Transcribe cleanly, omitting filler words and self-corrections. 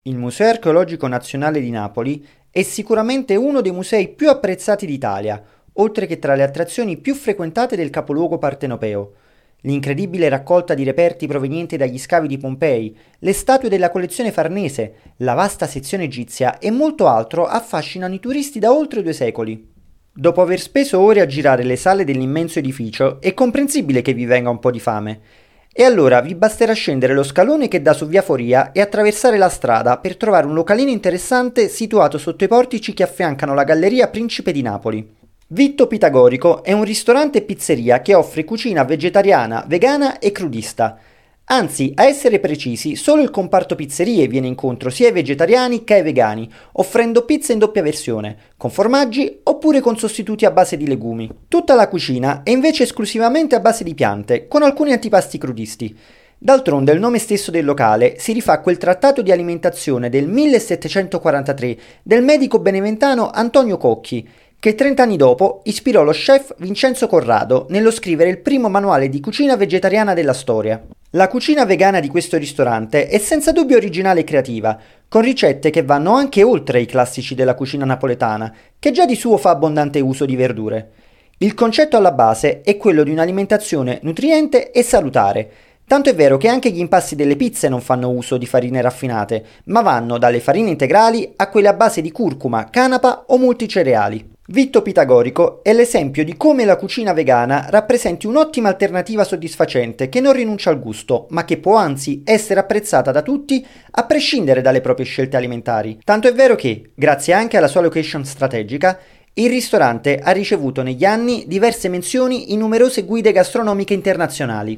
Il Museo Archeologico Nazionale di Napoli è sicuramente uno dei musei più apprezzati d'Italia, oltre che tra le attrazioni più frequentate del capoluogo partenopeo. L'incredibile raccolta di reperti provenienti dagli scavi di Pompei, le statue della collezione farnese, la vasta sezione egizia e molto altro affascinano i turisti da oltre 2 secoli. Dopo aver speso ore a girare le sale dell'immenso edificio, è comprensibile che vi venga un po' di fame. E allora vi basterà scendere lo scalone che dà su Via Foria e attraversare la strada per trovare un localino interessante situato sotto i portici che affiancano la Galleria Principe di Napoli. Vitto Pitagorico è un ristorante e pizzeria che offre cucina vegetariana, vegana e crudista. Anzi, a essere precisi, solo il comparto pizzerie viene incontro sia ai vegetariani che ai vegani, offrendo pizze in doppia versione, con formaggi oppure con sostituti a base di legumi. Tutta la cucina è invece esclusivamente a base di piante, con alcuni antipasti crudisti. D'altronde il nome stesso del locale si rifà a quel trattato di alimentazione del 1743 del medico beneventano Antonio Cocchi, che 30 anni dopo ispirò lo chef Vincenzo Corrado nello scrivere il primo manuale di cucina vegetariana della storia. La cucina vegana di questo ristorante è senza dubbio originale e creativa, con ricette che vanno anche oltre i classici della cucina napoletana, che già di suo fa abbondante uso di verdure. Il concetto alla base è quello di un'alimentazione nutriente e salutare, tanto è vero che anche gli impasti delle pizze non fanno uso di farine raffinate, ma vanno dalle farine integrali a quelle a base di curcuma, canapa o multicereali. Vitto Pitagorico è l'esempio di come la cucina vegana rappresenti un'ottima alternativa soddisfacente che non rinuncia al gusto, ma che può anzi essere apprezzata da tutti a prescindere dalle proprie scelte alimentari. Tanto è vero che, grazie anche alla sua location strategica, il ristorante ha ricevuto negli anni diverse menzioni in numerose guide gastronomiche internazionali.